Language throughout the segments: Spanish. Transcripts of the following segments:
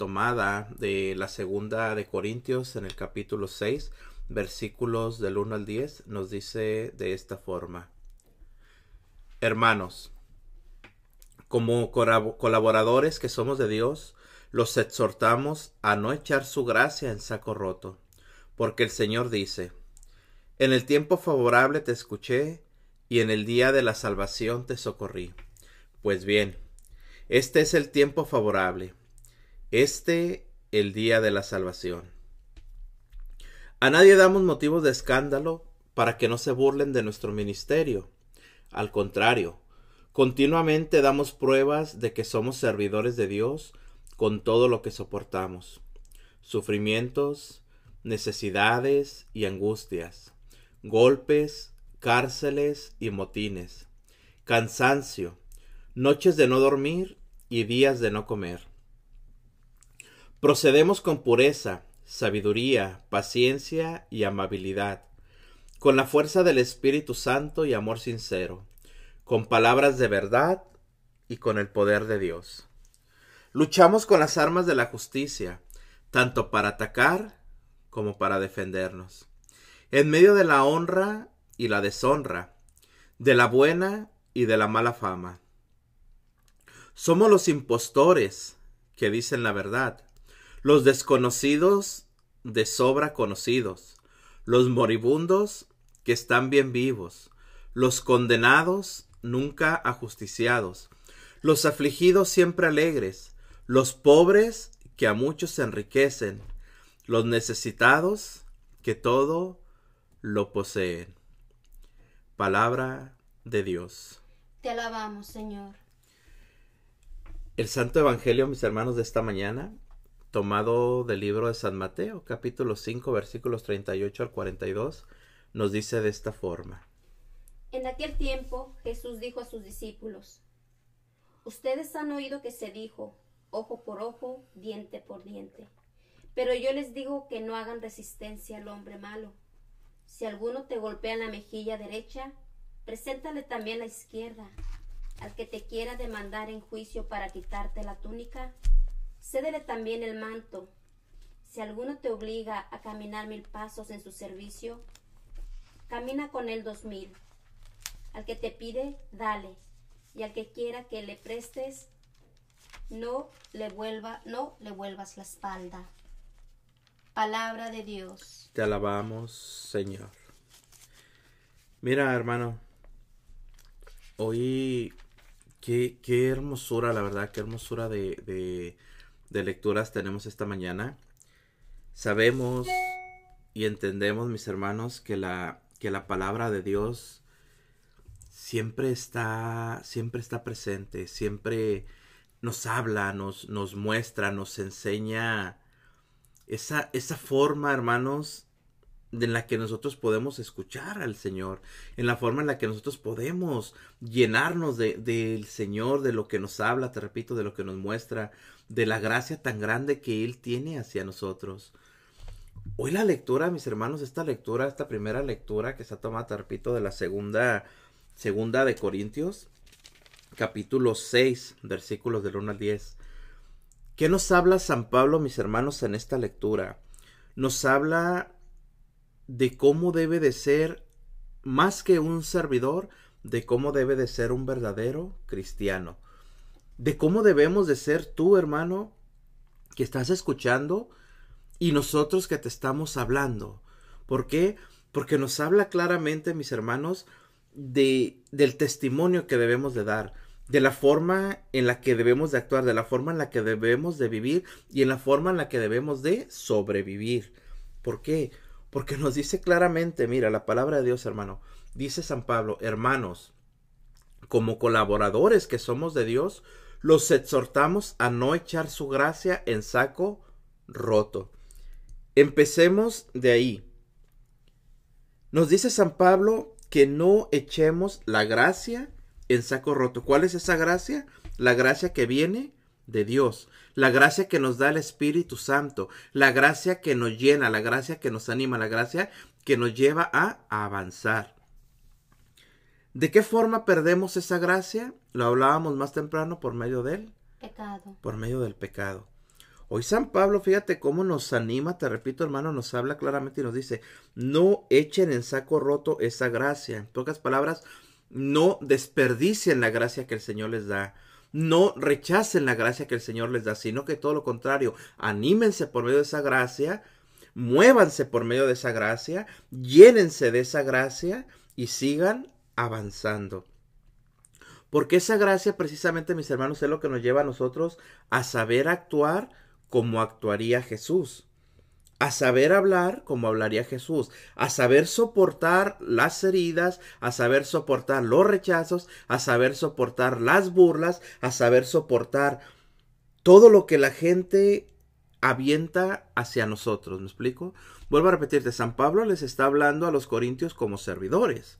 tomada de la segunda de Corintios en el capítulo 6, versículos del 1 al 10, nos dice de esta forma: Hermanos, como colaboradores que somos de Dios, los exhortamos a no echar su gracia en saco roto, porque el Señor dice: En el tiempo favorable te escuché, y en el día de la salvación te socorrí. Pues bien, este es el tiempo favorable, el día de la salvación. A nadie damos motivos de escándalo para que no se burlen de nuestro ministerio. Al contrario, continuamente damos pruebas de que somos servidores de Dios con todo lo que soportamos: sufrimientos, necesidades y angustias, golpes, cárceles y motines, cansancio, noches de no dormir y días de no comer. Procedemos con pureza, sabiduría, paciencia y amabilidad, con la fuerza del Espíritu Santo y amor sincero, con palabras de verdad y con el poder de Dios. Luchamos con las armas de la justicia, tanto para atacar como para defendernos, en medio de la honra y la deshonra, de la buena y de la mala fama. Somos los impostores que dicen la verdad, los desconocidos de sobra conocidos, los moribundos que están bien vivos, los condenados nunca ajusticiados, los afligidos siempre alegres, los pobres que a muchos se enriquecen, los necesitados que todo lo poseen. Palabra de Dios. Te alabamos, Señor. El Santo Evangelio, mis hermanos, de esta mañana, tomado del libro de San Mateo, capítulo 5, versículos 38 al 42, nos dice de esta forma: En aquel tiempo Jesús dijo a sus discípulos: Ustedes han oído que se dijo, ojo por ojo, diente por diente. Pero yo les digo que no hagan resistencia al hombre malo. Si alguno te golpea en la mejilla derecha, preséntale también la izquierda. Al que te quiera demandar en juicio para quitarte la túnica, cédele también el manto. Si alguno te obliga a caminar 1000 pasos en su servicio, camina con él 2000. Al que te pide, dale, y al que quiera que le prestes, no le vuelvas la espalda. Palabra de Dios. Te alabamos, Señor. Mira, hermano, hoy qué hermosura, la verdad, qué hermosura de lecturas tenemos esta mañana. Sabemos y entendemos, mis hermanos, que la palabra de Dios siempre está presente, siempre nos habla, nos muestra, nos enseña esa forma, hermanos, en la que nosotros podemos escuchar al Señor, en la forma en la que nosotros podemos llenarnos del Señor, de lo que nos habla, te repito, de lo que nos muestra, de la gracia tan grande que Él tiene hacia nosotros. Hoy la lectura, mis hermanos, esta primera lectura que está tomada, te repito, de la segunda de Corintios, capítulo 6, versículos del 1 al 10. ¿Qué nos habla San Pablo, mis hermanos, en esta lectura? Nos habla de cómo debe de ser, más que un servidor, de cómo debe de ser un verdadero cristiano. De cómo debemos de ser tú, hermano, que estás escuchando, y nosotros que te estamos hablando. ¿Por qué? Porque nos habla claramente, mis hermanos, del testimonio que debemos de dar, de la forma en la que debemos de actuar, de la forma en la que debemos de vivir y en la forma en la que debemos de sobrevivir. ¿Por qué? Porque nos dice claramente, mira, la palabra de Dios, hermano, dice San Pablo: hermanos, como colaboradores que somos de Dios, los exhortamos a no echar su gracia en saco roto. Empecemos de ahí. Nos dice San Pablo que no echemos la gracia en saco roto. ¿Cuál es esa gracia? La gracia que viene de Dios, la gracia que nos da el Espíritu Santo, la gracia que nos llena, la gracia que nos anima, la gracia que nos lleva a avanzar. ¿De qué forma perdemos esa gracia? Lo hablábamos más temprano, por medio del pecado. Por medio del pecado. Hoy San Pablo, fíjate cómo nos anima, te repito hermano, nos habla claramente y nos dice, no echen en saco roto esa gracia. En pocas palabras, no desperdicien la gracia que el Señor les da. No rechacen la gracia que el Señor les da, sino que todo lo contrario, anímense por medio de esa gracia, muévanse por medio de esa gracia, llénense de esa gracia y sigan avanzando. Porque esa gracia precisamente, mis hermanos, es lo que nos lleva a nosotros a saber actuar como actuaría Jesús, a saber hablar como hablaría Jesús, a saber soportar las heridas, a saber soportar los rechazos, a saber soportar las burlas, a saber soportar todo lo que la gente avienta hacia nosotros. ¿Me explico? Vuelvo a repetirte, San Pablo les está hablando a los corintios como servidores,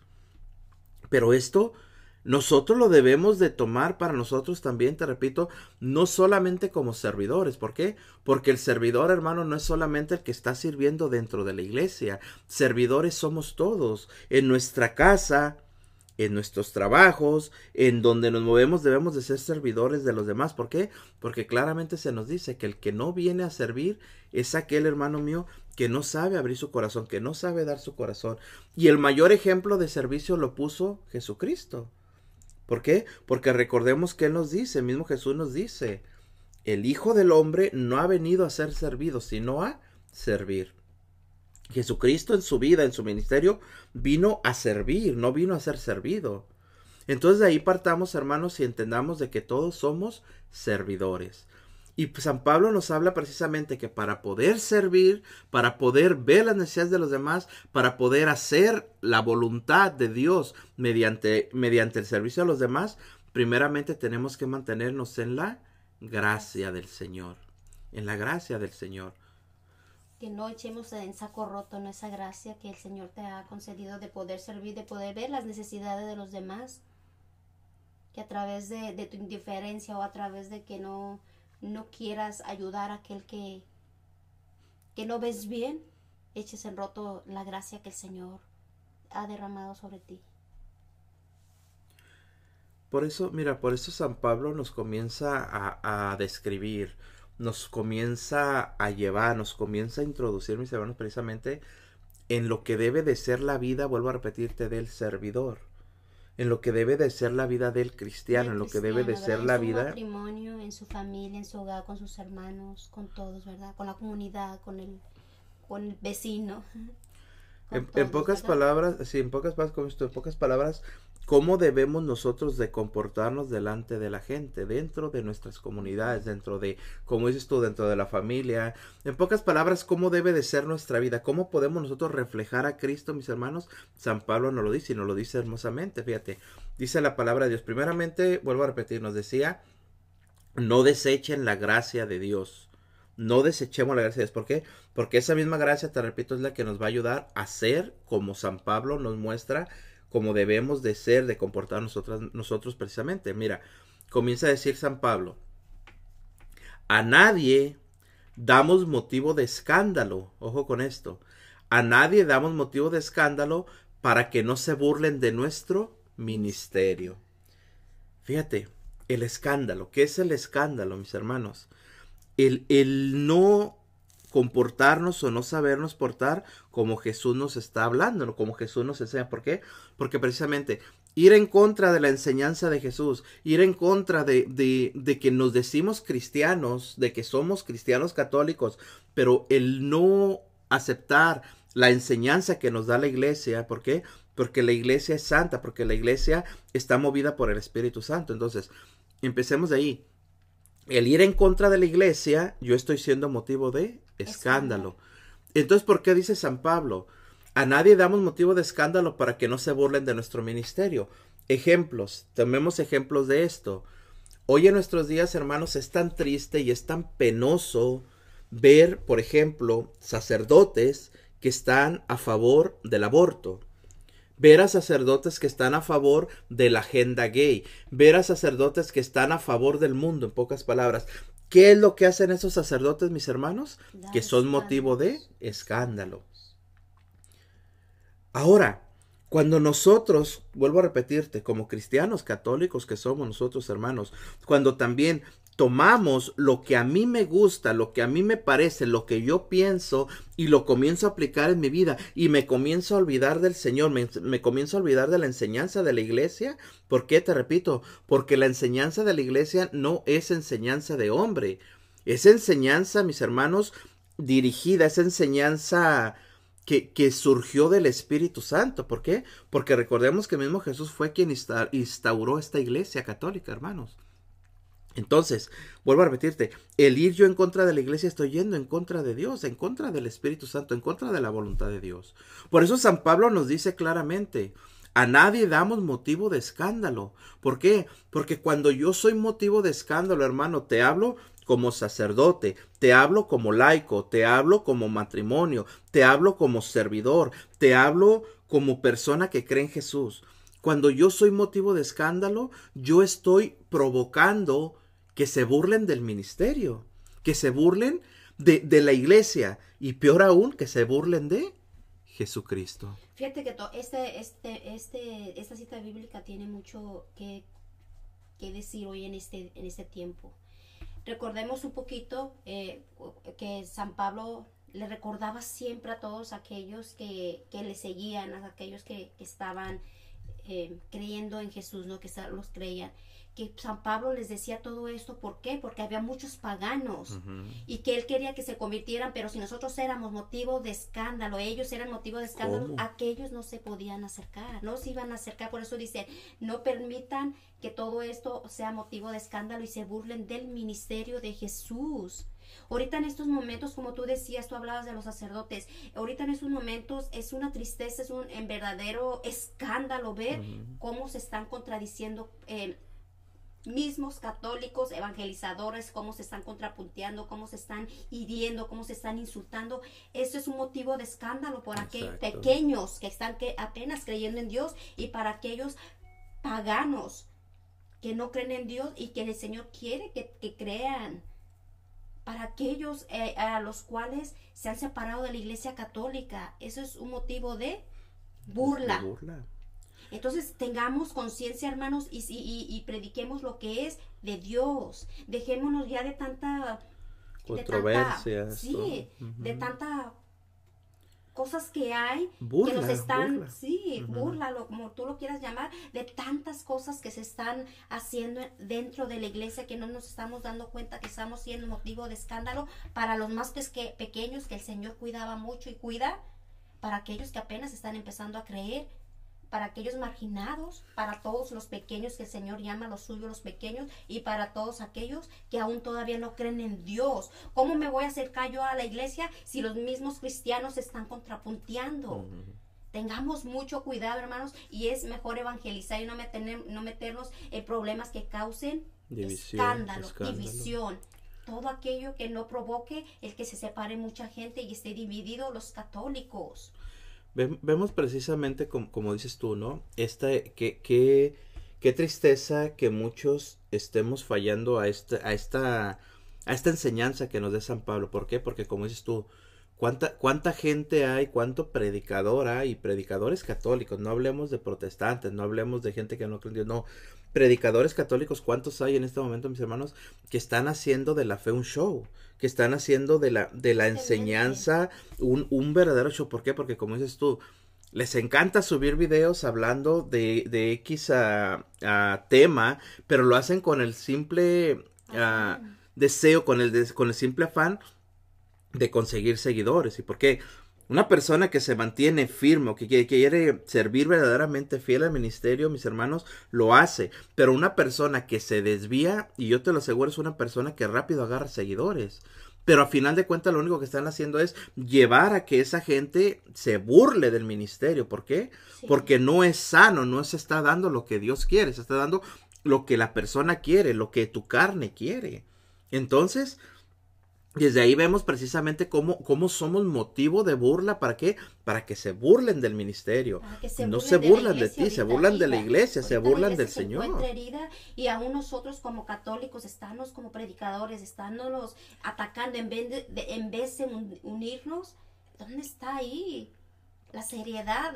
pero esto nosotros lo debemos de tomar para nosotros también, te repito, no solamente como servidores. ¿Por qué? Porque el servidor, hermano, no es solamente el que está sirviendo dentro de la iglesia. Servidores somos todos. En nuestra casa, en nuestros trabajos, en donde nos movemos, debemos de ser servidores de los demás. ¿Por qué? Porque claramente se nos dice que el que no viene a servir es aquel, hermano mío, que no sabe abrir su corazón, que no sabe dar su corazón. Y el mayor ejemplo de servicio lo puso Jesucristo. ¿Por qué? Porque recordemos que Él nos dice, el mismo Jesús nos dice, el Hijo del Hombre no ha venido a ser servido, sino a servir. Jesucristo en su vida, en su ministerio, vino a servir, no vino a ser servido. Entonces de ahí partamos, hermanos, y entendamos de que todos somos servidores. Y San Pablo nos habla precisamente que para poder servir, para poder ver las necesidades de los demás, para poder hacer la voluntad de Dios mediante el servicio a los demás, primeramente tenemos que mantenernos en la gracia del Señor. En la gracia del Señor. Que no echemos en saco roto en esa gracia que el Señor te ha concedido de poder servir, de poder ver las necesidades de los demás. Que a través de tu indiferencia o a través de que no quieras ayudar a aquel que no ves bien, eches en roto la gracia que el Señor ha derramado sobre ti. Por eso, mira, por eso San Pablo nos comienza a describir, nos comienza a llevar, nos comienza a introducir, mis hermanos, precisamente en lo que debe de ser la vida, vuelvo a repetirte, del servidor. En lo que debe de ser la vida del cristiano, en lo que debe de ser la vida... En su matrimonio, en su familia, en su hogar, con sus hermanos, con todos, ¿verdad? Con la comunidad, con el vecino. En pocas palabras, sí, en pocas palabras, ¿cómo debemos nosotros de comportarnos delante de la gente, dentro de nuestras comunidades, dentro de, como dices tú, dentro de la familia? En pocas palabras, ¿cómo debe de ser nuestra vida? ¿Cómo podemos nosotros reflejar a Cristo, mis hermanos? San Pablo nos lo dice y nos lo dice hermosamente, fíjate. Dice la palabra de Dios. Primeramente, vuelvo a repetir, nos decía, no desechen la gracia de Dios. No desechemos la gracia de Dios. ¿Por qué? Porque esa misma gracia, te repito, es la que nos va a ayudar a ser como San Pablo nos muestra, como debemos de ser, de comportar nosotros precisamente. Mira, comienza a decir San Pablo, a nadie damos motivo de escándalo, ojo con esto, a nadie damos motivo de escándalo para que no se burlen de nuestro ministerio. Fíjate, el escándalo, ¿qué es el escándalo, mis hermanos? El no comportarnos o no sabernos portar como Jesús nos está hablando, como Jesús nos enseña. ¿Por qué? Porque precisamente ir en contra de la enseñanza de Jesús, ir en contra de que nos decimos cristianos, de que somos cristianos católicos, pero el no aceptar la enseñanza que nos da la iglesia. ¿Por qué? Porque la iglesia es santa, porque la iglesia está movida por el Espíritu Santo. Entonces, empecemos de ahí. El ir en contra de la iglesia, yo estoy siendo motivo de escándalo. Entonces, ¿por qué dice San Pablo? A nadie damos motivo de escándalo para que no se burlen de nuestro ministerio. Ejemplos, tomemos ejemplos de esto. Hoy en nuestros días, hermanos, es tan triste y es tan penoso ver, por ejemplo, sacerdotes que están a favor del aborto. Ver a sacerdotes que están a favor de la agenda gay. Ver a sacerdotes que están a favor del mundo, en pocas palabras. ¿Qué es lo que hacen esos sacerdotes, mis hermanos? Que son motivo de escándalo. Ahora, cuando nosotros, vuelvo a repetirte, como cristianos católicos que somos nosotros, hermanos, cuando también tomamos lo que a mí me gusta, lo que a mí me parece, lo que yo pienso y lo comienzo a aplicar en mi vida y me comienzo a olvidar del Señor, me comienzo a olvidar de la enseñanza de la iglesia. ¿Por qué? Te repito, porque la enseñanza de la iglesia no es enseñanza de hombre, es enseñanza, mis hermanos, dirigida, es enseñanza que surgió del Espíritu Santo. ¿Por qué? Porque recordemos que mismo Jesús fue quien instauró esta iglesia católica, hermanos. Entonces, vuelvo a repetirte, el ir yo en contra de la iglesia, estoy yendo en contra de Dios, en contra del Espíritu Santo, en contra de la voluntad de Dios. Por eso San Pablo nos dice claramente, a nadie damos motivo de escándalo. ¿Por qué? Porque cuando yo soy motivo de escándalo, hermano, te hablo como sacerdote, te hablo como laico, te hablo como matrimonio, te hablo como servidor, te hablo como persona que cree en Jesús. Cuando yo soy motivo de escándalo, yo estoy provocando que se burlen del ministerio, que se burlen de la iglesia y peor aún, que se burlen de Jesucristo. Fíjate que esta cita bíblica tiene mucho que decir hoy en este tiempo. Recordemos un poquito que San Pablo le recordaba siempre a todos aquellos que le seguían, a aquellos que estaban creyendo en Jesús, ¿no? Que los creían, que San Pablo les decía todo esto. ¿Por qué? Porque había muchos paganos y que él quería que se convirtieran, pero si nosotros éramos motivo de escándalo, ellos eran motivo de escándalo, ¿Cómo? aquellos no se podían acercar, no se iban a acercar. Por eso dice, no permitan que todo esto sea motivo de escándalo y se burlen del ministerio de Jesús. Ahorita en estos momentos, como tú decías, tú hablabas de los sacerdotes, ahorita en estos momentos es una tristeza, es un en verdadero escándalo ver cómo se están contradiciendo mismos católicos, evangelizadores, cómo se están contrapunteando, cómo se están hiriendo, cómo se están insultando. Eso es un motivo de escándalo por aquellos pequeños que están apenas creyendo en Dios y para aquellos paganos que no creen en Dios y que el Señor quiere que crean. Para aquellos a los cuales se han separado de la iglesia católica, eso es un motivo de burla. Entonces tengamos conciencia, hermanos, y prediquemos lo que es de Dios. Dejémonos ya de tanta controversia, de tanta cosas que hay burla, que nos están, burla. como tú lo quieras llamar, de tantas cosas que se están haciendo dentro de la iglesia que no nos estamos dando cuenta que estamos siendo motivo de escándalo para los más pequeños que el Señor cuidaba mucho y cuida, para aquellos que apenas están empezando a creer, para aquellos marginados, para todos los pequeños que el Señor llama a los suyos los pequeños y para todos aquellos que aún todavía no creen en Dios. ¿Cómo me voy a acercar yo a la iglesia si los mismos cristianos se están contrapunteando? Tengamos mucho cuidado, hermanos, y es mejor evangelizar y no meternos en problemas que causen escándalo, división. Todo aquello que no provoque el que se separe mucha gente y esté dividido los católicos. Vemos precisamente como dices tú, ¿no? Qué tristeza que muchos estemos fallando a esta enseñanza que nos da San Pablo. ¿Por qué? Porque como dices tú, cuánta gente hay, cuánto predicador hay, predicadores católicos, no hablemos de protestantes, no hablemos de gente que no cree en Dios, no, predicadores católicos, cuántos hay en este momento, mis hermanos, que están haciendo de la fe un show, que están haciendo de la enseñanza un verdadero show. ¿Por qué? Porque como dices tú, les encanta subir videos hablando de X tema, pero lo hacen con el simple deseo, con el simple afán de conseguir seguidores. ¿Y por qué? Una persona que se mantiene firme o que quiere servir verdaderamente fiel al ministerio, mis hermanos, lo hace. Pero una persona que se desvía, y yo te lo aseguro, es una persona que rápido agarra seguidores. Pero a final de cuentas lo único que están haciendo es llevar a que esa gente se burle del ministerio. ¿Por qué? Sí. Porque no es sano, no se está dando lo que Dios quiere, se está dando lo que la persona quiere, lo que tu carne quiere. Entonces, desde ahí vemos precisamente cómo somos motivo de burla. ¿Para qué? Para que se burlen del ministerio. No se burlan de ti, se burlan de la iglesia, se burlan del Señor. Herida, y aún nosotros como católicos estamos como predicadores, estándonos atacando en vez de unirnos. ¿Dónde está ahí la seriedad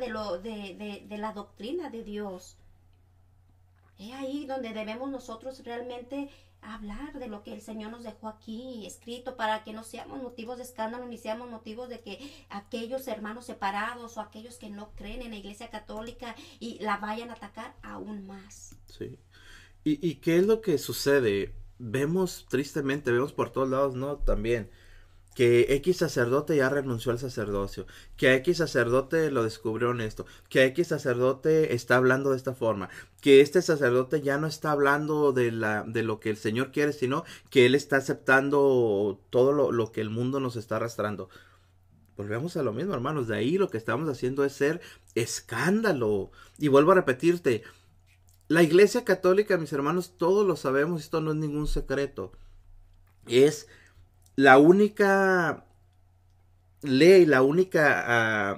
de la doctrina de Dios? Es ahí donde debemos nosotros realmente hablar de lo que el Señor nos dejó aquí escrito, para que no seamos motivos de escándalo, ni seamos motivos de que aquellos hermanos separados o aquellos que no creen en la Iglesia Católica y la vayan a atacar aún más. Sí. ¿Y qué es lo que sucede? Vemos tristemente, vemos por todos lados, ¿no? También que X sacerdote ya renunció al sacerdocio, que a X sacerdote lo descubrió honesto, que a X sacerdote está hablando de esta forma, que este sacerdote ya no está hablando de lo que el Señor quiere, sino que él está aceptando todo lo que el mundo nos está arrastrando. Volvemos a lo mismo, hermanos. De ahí lo que estamos haciendo es ser escándalo. Y vuelvo a repetirte, la Iglesia Católica, mis hermanos, todos lo sabemos, esto no es ningún secreto. Es la única ley, la única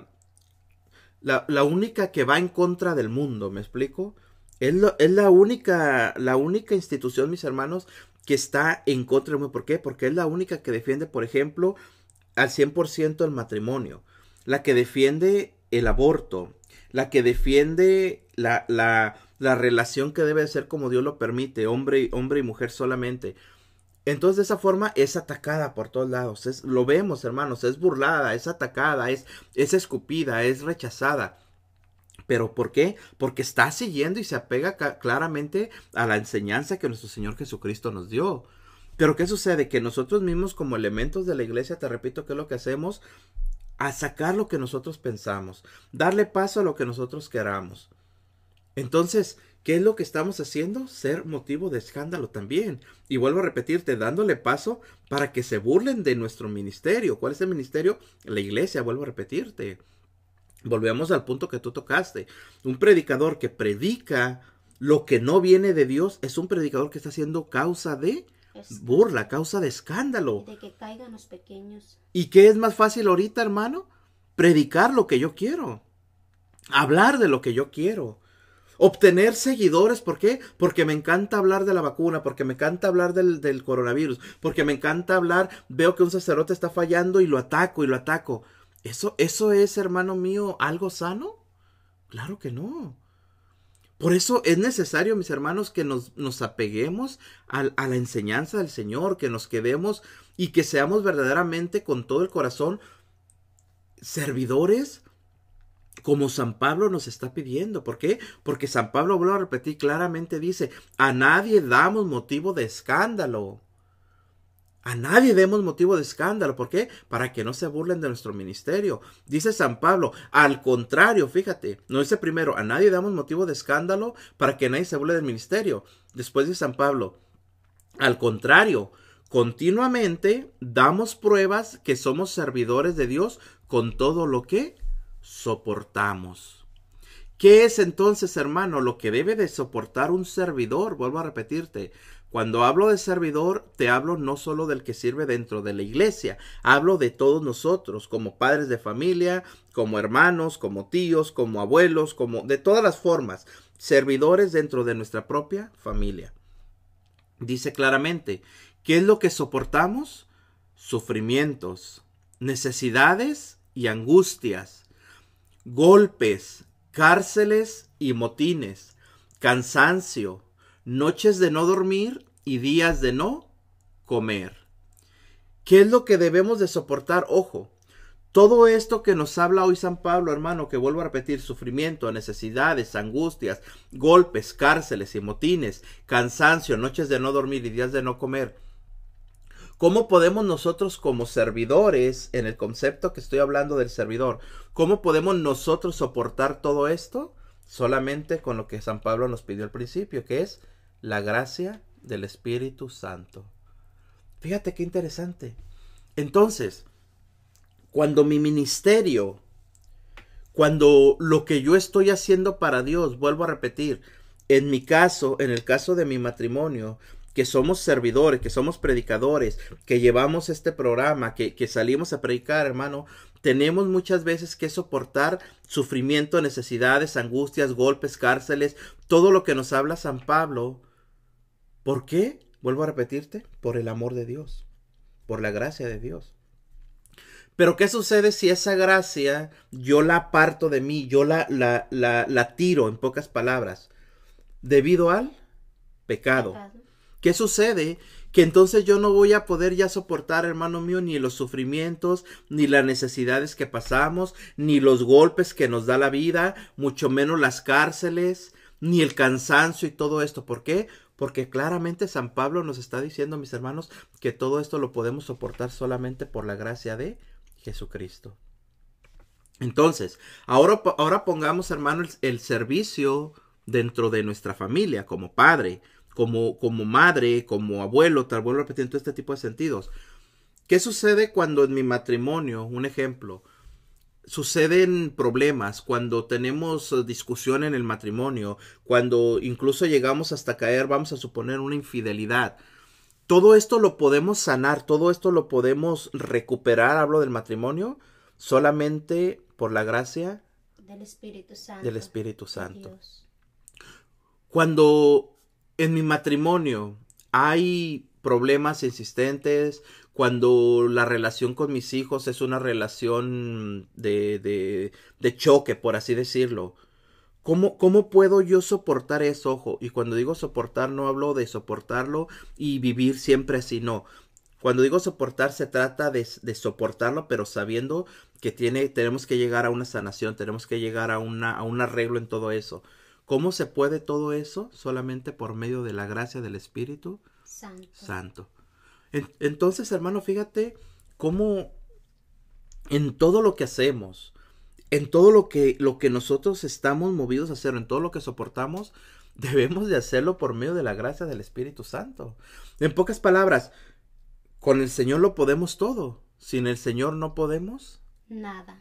que va en contra del mundo, ¿me explico? Es la única institución, mis hermanos, que está en contra del mundo. ¿Por qué? Porque es la única que defiende, por ejemplo, al 100% el matrimonio, la que defiende el aborto, la que defiende la relación que debe ser como Dios lo permite, hombre y mujer solamente. Entonces de esa forma es atacada por todos lados, lo vemos, hermanos, es burlada, es atacada, es escupida, es rechazada. ¿Pero por qué? Porque está siguiendo y se apega claramente a la enseñanza que nuestro Señor Jesucristo nos dio. Pero ¿qué sucede? Que nosotros mismos como elementos de la iglesia, te repito, ¿qué es lo que hacemos? A sacar lo que nosotros pensamos, darle paso a lo que nosotros queramos. Entonces, ¿qué es lo que estamos haciendo? Ser motivo de escándalo también. Y vuelvo a repetirte, dándole paso para que se burlen de nuestro ministerio. ¿Cuál es el ministerio? La iglesia, vuelvo a repetirte. Volvemos al punto que tú tocaste. Un predicador que predica lo que no viene de Dios es un predicador que está haciendo causa de burla, causa de escándalo. De que caigan los pequeños. ¿Y qué es más fácil ahorita, hermano? Predicar lo que yo quiero. Hablar de lo que yo quiero. Obtener seguidores, ¿por qué? Porque me encanta hablar de la vacuna, porque me encanta hablar del coronavirus, porque me encanta hablar, veo que un sacerdote está fallando y lo ataco y lo ataco. ¿Eso es, hermano mío, algo sano? Claro que no. Por eso es necesario, mis hermanos, que nos apeguemos a la enseñanza del Señor, que nos quedemos y que seamos verdaderamente con todo el corazón servidores como San Pablo nos está pidiendo. ¿Por qué? Porque San Pablo, vuelvo a repetir, claramente dice, a nadie damos motivo de escándalo. A nadie demos motivo de escándalo. ¿Por qué? Para que no se burlen de nuestro ministerio. Dice San Pablo, al contrario, fíjate, no dice primero, a nadie damos motivo de escándalo para que nadie se burle del ministerio. Después dice San Pablo, al contrario, continuamente damos pruebas que somos servidores de Dios con todo lo que soportamos. ¿Qué es entonces, hermano, lo que debe de soportar un servidor? Vuelvo a repetirte. Cuando hablo de servidor, te hablo no solo del que sirve dentro de la iglesia, hablo de todos nosotros, como padres de familia, como hermanos, como tíos, como abuelos, como de todas las formas, servidores dentro de nuestra propia familia. Dice claramente, ¿qué es lo que soportamos? Sufrimientos, necesidades y angustias, golpes, cárceles y motines, cansancio, noches de no dormir y días de no comer. ¿Qué es lo que debemos de soportar? Ojo, todo esto que nos habla hoy San Pablo, hermano, que vuelvo a repetir, sufrimiento, necesidades, angustias, golpes, cárceles y motines, cansancio, noches de no dormir y días de no comer. ¿Cómo podemos nosotros como servidores, en el concepto que estoy hablando del servidor, cómo podemos nosotros soportar todo esto? Solamente con lo que San Pablo nos pidió al principio, que es la gracia del Espíritu Santo. Fíjate qué interesante. Entonces, cuando mi ministerio, cuando lo que yo estoy haciendo para Dios, vuelvo a repetir, en mi caso, en el caso de mi matrimonio, que somos servidores, que somos predicadores, que llevamos este programa, que salimos a predicar, hermano, tenemos muchas veces que soportar sufrimiento, necesidades, angustias, golpes, cárceles, todo lo que nos habla San Pablo. ¿Por qué? Vuelvo a repetirte, por el amor de Dios, por la gracia de Dios. Pero ¿qué sucede si esa gracia yo la aparto de mí, yo la tiro, en pocas palabras, debido al pecado. ¿Qué sucede? Que entonces yo no voy a poder ya soportar, hermano mío, ni los sufrimientos, ni las necesidades que pasamos, ni los golpes que nos da la vida, mucho menos las cárceles, ni el cansancio y todo esto. ¿Por qué? Porque claramente San Pablo nos está diciendo, mis hermanos, que todo esto lo podemos soportar solamente por la gracia de Jesucristo. Entonces, ahora pongamos, hermanos, el servicio dentro de nuestra familia, como padre, como madre, como abuelo, te vuelvo a repetir, en todo este tipo de sentidos. ¿Qué sucede cuando en mi matrimonio, un ejemplo, suceden problemas, cuando tenemos discusión en el matrimonio, cuando incluso llegamos hasta caer, vamos a suponer, una infidelidad? Todo esto lo podemos sanar, todo esto lo podemos recuperar, hablo del matrimonio, solamente por la gracia del Espíritu Santo. Del Espíritu Santo. Dios. Cuando en mi matrimonio hay problemas insistentes, cuando la relación con mis hijos es una relación de choque, por así decirlo, ¿cómo puedo yo soportar eso? Ojo, y cuando digo soportar no hablo de soportarlo y vivir siempre así, no. Cuando digo soportar se trata de soportarlo, pero sabiendo que tenemos que llegar a una sanación, tenemos que llegar a un arreglo en todo eso. ¿Cómo se puede todo eso? Solamente por medio de la gracia del Espíritu Santo. Entonces, hermano, fíjate cómo en todo lo que hacemos, en todo lo que nosotros estamos movidos a hacer, en todo lo que soportamos, debemos de hacerlo por medio de la gracia del Espíritu Santo. En pocas palabras, con el Señor lo podemos todo. Sin el Señor no podemos nada.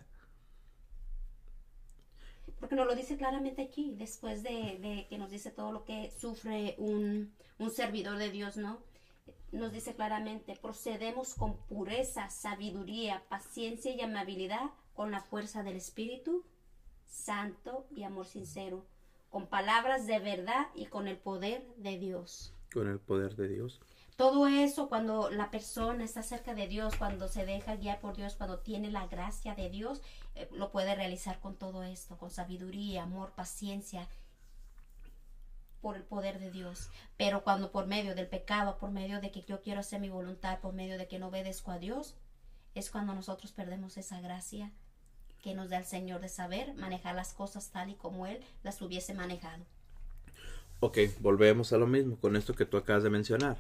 Porque nos lo dice claramente aquí, después de que nos dice todo lo que sufre un servidor de Dios, ¿no? Nos dice claramente, procedemos con pureza, sabiduría, paciencia y amabilidad, con la fuerza del Espíritu Santo y amor sincero, con palabras de verdad y con el poder de Dios. Con el poder de Dios. Todo eso, cuando la persona está cerca de Dios, cuando se deja guiar por Dios, cuando tiene la gracia de Dios, lo puede realizar con todo esto, con sabiduría, amor, paciencia, por el poder de Dios. Pero cuando por medio del pecado, por medio de que yo quiero hacer mi voluntad, por medio de que no obedezco a Dios, es cuando nosotros perdemos esa gracia que nos da el Señor de saber manejar las cosas tal y como Él las hubiese manejado. Ok, volvemos a lo mismo con esto que tú acabas de mencionar.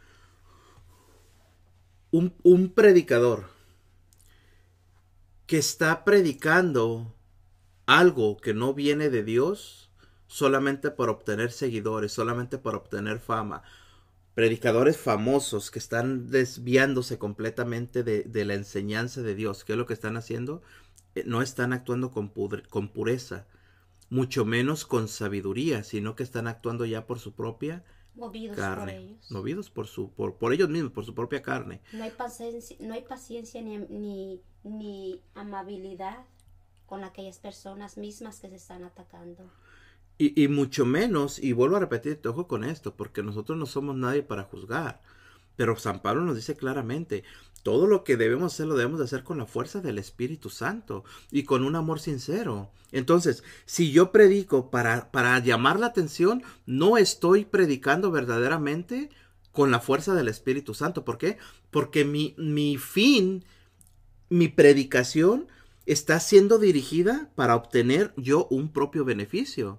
Un predicador que está predicando algo que no viene de Dios solamente por obtener seguidores, solamente por obtener fama. Predicadores famosos que están desviándose completamente de la enseñanza de Dios. ¿Qué es lo que están haciendo? No están actuando con pureza, mucho menos con sabiduría, sino que están actuando ya por su propia movidos carne, por ellos. Movidos por ellos mismos, por su propia carne. No hay paciencia ni amabilidad con aquellas personas mismas que se están atacando. Y mucho menos, y vuelvo a repetir, ojo con esto, porque nosotros no somos nadie para juzgar. Pero San Pablo nos dice claramente, todo lo que debemos hacer lo debemos de hacer con la fuerza del Espíritu Santo y con un amor sincero. Entonces, si yo predico para llamar la atención, no estoy predicando verdaderamente con la fuerza del Espíritu Santo. ¿Por qué? Porque mi fin, mi predicación está siendo dirigida para obtener yo un propio beneficio.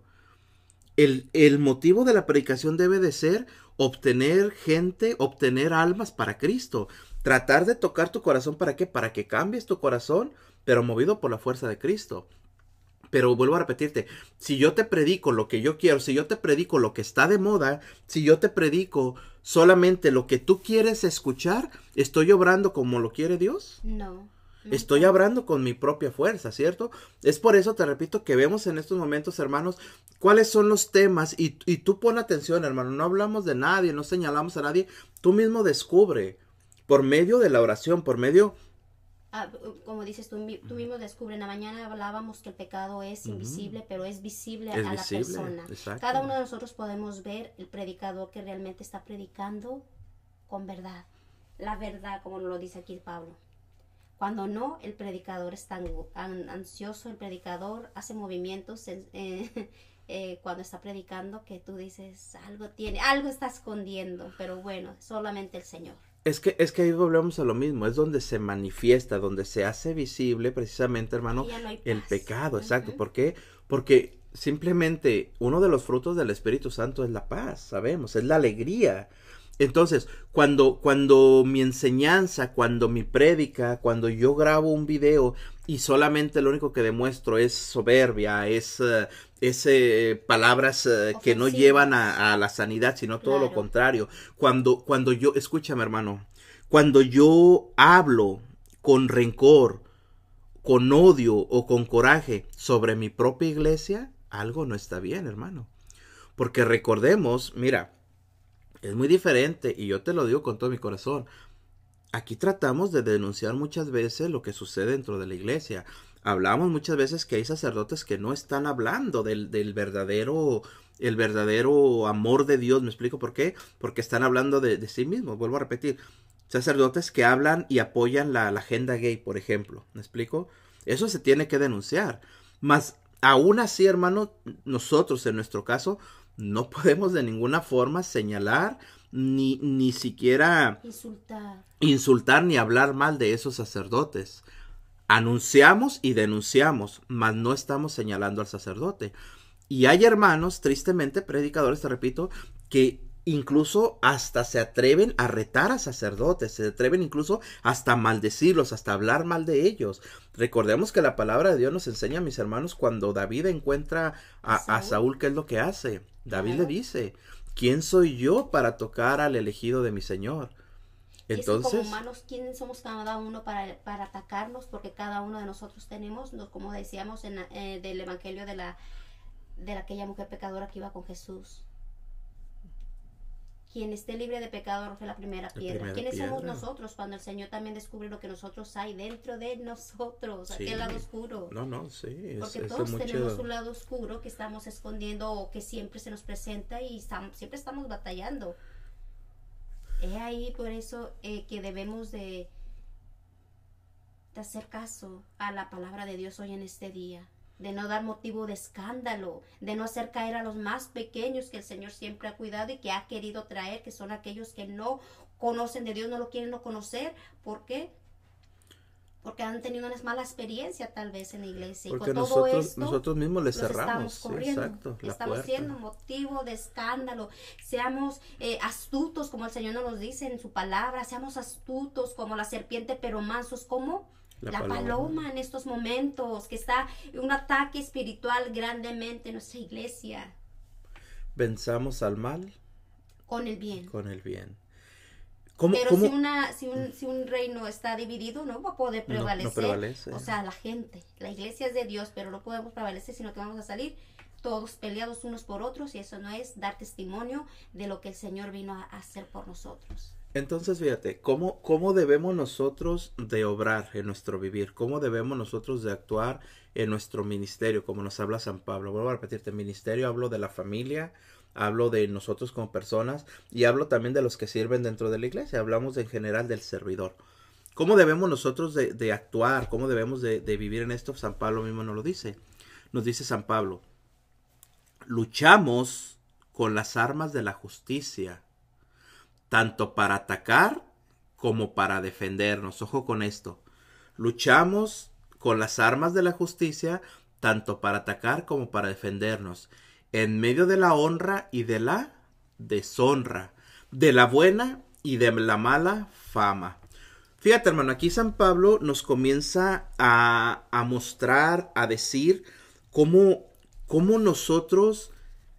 El motivo de la predicación debe de ser obtener gente, obtener almas para Cristo. Tratar de tocar tu corazón, ¿para qué? Para que cambies tu corazón, pero movido por la fuerza de Cristo. Pero vuelvo a repetirte, si yo te predico lo que yo quiero, si yo te predico lo que está de moda, si yo te predico solamente lo que tú quieres escuchar, ¿estoy obrando como lo quiere Dios? No. Estoy hablando con mi propia fuerza, ¿cierto? Es por eso, te repito, que vemos en estos momentos, hermanos, cuáles son los temas. Y tú pon atención, hermano. No hablamos de nadie, no señalamos a nadie. Tú mismo descubre, por medio de la oración, por medio... como dices, tú mismo descubre. En la mañana hablábamos que el pecado es invisible, pero es visible a la persona. Exacto. Cada uno de nosotros podemos ver el predicador que realmente está predicando con verdad. La verdad, como lo dice aquí Pablo. Cuando no, el predicador es tan ansioso, el predicador hace movimientos cuando está predicando, que tú dices, algo está escondiendo, pero bueno, solamente el Señor. Es que ahí volvemos a lo mismo, es donde se manifiesta, donde se hace visible precisamente, hermano, No el pecado, exacto. Uh-huh. ¿Por qué? Porque simplemente uno de los frutos del Espíritu Santo es la paz, sabemos, es la alegría. Entonces, cuando mi enseñanza, cuando mi prédica, cuando yo grabo un video y solamente lo único que demuestro es soberbia, es palabras que no llevan a la sanidad, sino todo lo contrario. Cuando yo, escúchame, hermano, cuando yo hablo con rencor, con odio o con coraje sobre mi propia iglesia, algo no está bien, hermano. Porque recordemos, mira, es muy diferente, y yo te lo digo con todo mi corazón. Aquí tratamos de denunciar muchas veces lo que sucede dentro de la iglesia. Hablamos muchas veces que hay sacerdotes que no están hablando del verdadero, el verdadero amor de Dios. ¿Me explico por qué? Porque están hablando de sí mismos. Vuelvo a repetir. Sacerdotes que hablan y apoyan la agenda gay, por ejemplo. ¿Me explico? Eso se tiene que denunciar. Mas, aún así, hermano, nosotros en nuestro caso no podemos de ninguna forma señalar ni siquiera insultar ni hablar mal de esos sacerdotes. Anunciamos y denunciamos, mas no estamos señalando al sacerdote. Y hay hermanos, tristemente, predicadores, te repito, que incluso hasta se atreven a retar a sacerdotes, se atreven incluso hasta a maldecirlos, hasta a hablar mal de ellos. Recordemos que la palabra de Dios nos enseña, mis hermanos, cuando David encuentra a Saúl, ¿qué es lo que hace? David le dice, ¿quién soy yo para tocar al elegido de mi Señor? Entonces, como humanos, ¿quién somos cada uno para atacarnos? Porque cada uno de nosotros tenemos, como decíamos del evangelio de aquella mujer pecadora que iba con Jesús. Quien esté libre de pecado arroje la primera piedra. ¿Quiénes somos nosotros cuando el Señor también descubre lo que nosotros hay dentro de nosotros? Sí. Aquel lado oscuro. Sí. Porque todos tenemos un lado oscuro que estamos escondiendo o que siempre se nos presenta y siempre estamos batallando. Es ahí por eso que debemos de hacer caso a la palabra de Dios hoy en este día. De no dar motivo de escándalo, de no hacer caer a los más pequeños que el Señor siempre ha cuidado y que ha querido traer, que son aquellos que no conocen de Dios, no lo quieren no conocer. ¿Por qué? Porque han tenido una mala experiencia tal vez en la iglesia. Porque y con todo nosotros mismos les cerramos. Estamos corriendo, sí, exacto, estamos siendo motivo de escándalo. Seamos astutos como el Señor nos dice en su palabra, seamos astutos como la serpiente, pero mansos como la paloma en estos momentos, que está un ataque espiritual grandemente en nuestra iglesia. Venzamos al mal con el bien. Con el bien. Pero si un reino está dividido, no va a poder prevalecer. No prevalece. O sea, la iglesia es de Dios, pero no podemos prevalecer, sino que vamos a salir todos peleados unos por otros, y eso no es dar testimonio de lo que el Señor vino a hacer por nosotros. Entonces, fíjate, ¿cómo debemos nosotros de obrar en nuestro vivir? ¿Cómo debemos nosotros de actuar en nuestro ministerio? Como nos habla San Pablo. Vuelvo a repetirte, ministerio, hablo de la familia, hablo de nosotros como personas y hablo también de los que sirven dentro de la iglesia. Hablamos en general del servidor. ¿Cómo debemos nosotros de actuar? ¿Cómo debemos de vivir en esto? San Pablo mismo nos lo dice. Nos dice San Pablo, luchamos con las armas de la justicia, tanto para atacar como para defendernos. Ojo con esto. Luchamos con las armas de la justicia, tanto para atacar como para defendernos, en medio de la honra y de la deshonra, de la buena y de la mala fama. Fíjate, hermano, aquí San Pablo nos comienza a mostrar, a decir cómo nosotros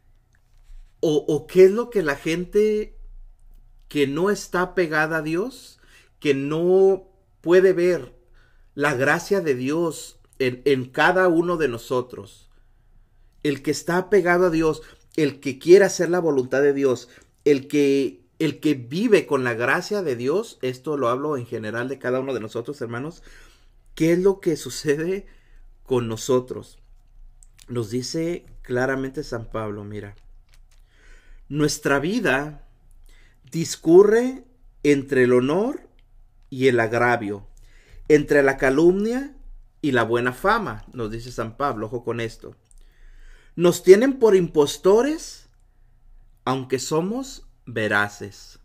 o qué es lo que la gente que no está pegada a Dios, que no puede ver la gracia de Dios en cada uno de nosotros. El que está pegado a Dios, el que quiere hacer la voluntad de Dios, el que vive con la gracia de Dios, esto lo hablo en general de cada uno de nosotros, hermanos, ¿qué es lo que sucede con nosotros? Nos dice claramente San Pablo, mira, nuestra vida discurre entre el honor y el agravio, entre la calumnia y la buena fama, nos dice San Pablo, ojo con esto. Nos tienen por impostores, aunque somos veraces.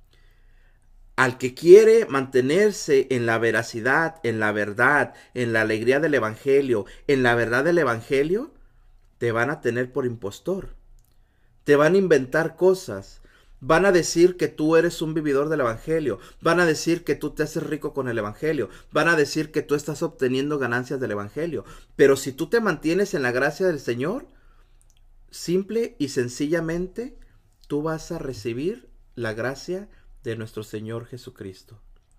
Al que quiere mantenerse en la veracidad, en la verdad, en la alegría del evangelio, en la verdad del evangelio, te van a tener por impostor. Te van a inventar cosas. Van a decir que tú eres un vividor del evangelio. Van a decir que tú te haces rico con el evangelio. Van a decir que tú estás obteniendo ganancias del evangelio. Pero si tú te mantienes en la gracia del Señor, simple y sencillamente, tú vas a recibir la gracia de nuestro Señor Jesucristo.